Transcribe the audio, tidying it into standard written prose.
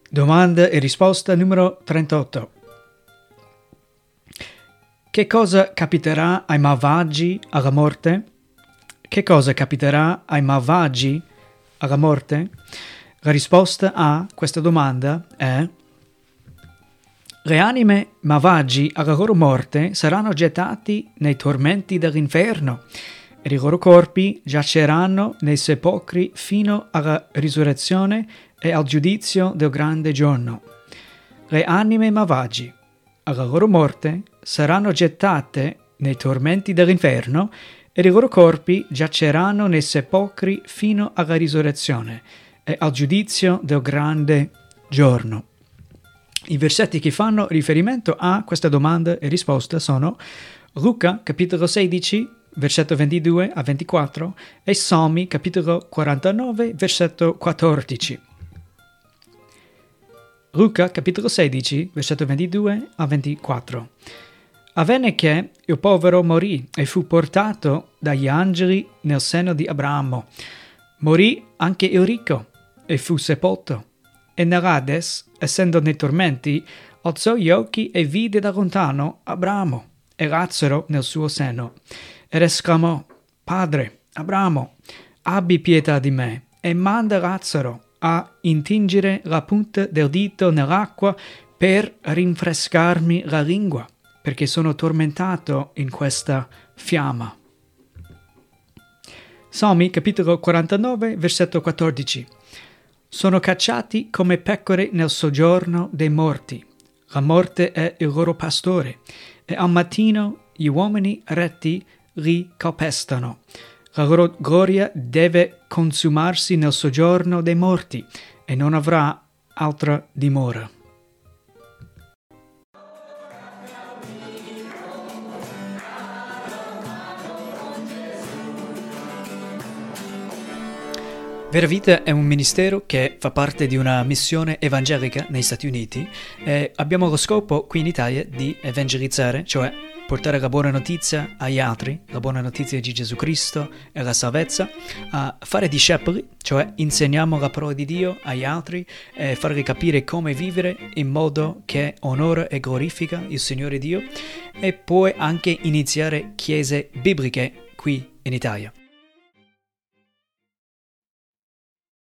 Domanda e risposta numero 38. Che cosa capiterà ai malvagi alla morte? Che cosa capiterà ai malvagi alla morte? La risposta a questa domanda è: le anime malvagi alla loro morte saranno gettati nei tormenti dell'inferno ed i loro corpi giaceranno nei sepolcri fino alla risurrezione e al giudizio del grande giorno. Le anime malvagi alla loro morte saranno gettate nei tormenti dell'inferno ed i loro corpi giaceranno nei sepolcri fino alla risurrezione e al giudizio del grande giorno. I versetti che fanno riferimento a questa domanda e risposta sono Luca, capitolo 16, versetto 22 a 24 e Salmi, capitolo 49, versetto 14. Luca, capitolo 16, versetto 22 a 24. Avvenne che il povero morì e fu portato dagli angeli nel seno di Abramo. Morì anche il ricco e fu sepolto. E nell'Ades, essendo nei tormenti, alzò gli occhi e vide da lontano Abramo e Lazzaro nel suo seno. Ed esclamò: Padre, Abramo, abbi pietà di me e manda Lazzaro a intingere la punta del dito nell'acqua per rinfrescarmi la lingua, perché sono tormentato in questa fiamma. Salmi, capitolo 49, versetto 14. Sono cacciati come pecore nel soggiorno dei morti. La morte è il loro pastore, e al mattino gli uomini retti li calpestano. La loro gloria deve consumarsi nel soggiorno dei morti e non avrà altra dimora. Vera Vita è un ministero che fa parte di una missione evangelica negli Stati Uniti e abbiamo lo scopo qui in Italia di evangelizzare, cioè portare la buona notizia agli altri, la buona notizia di Gesù Cristo e la salvezza, a fare discepoli, cioè insegniamo la parola di Dio agli altri e farli capire come vivere in modo che onora e glorifica il Signore Dio, e poi anche iniziare chiese bibliche qui in Italia.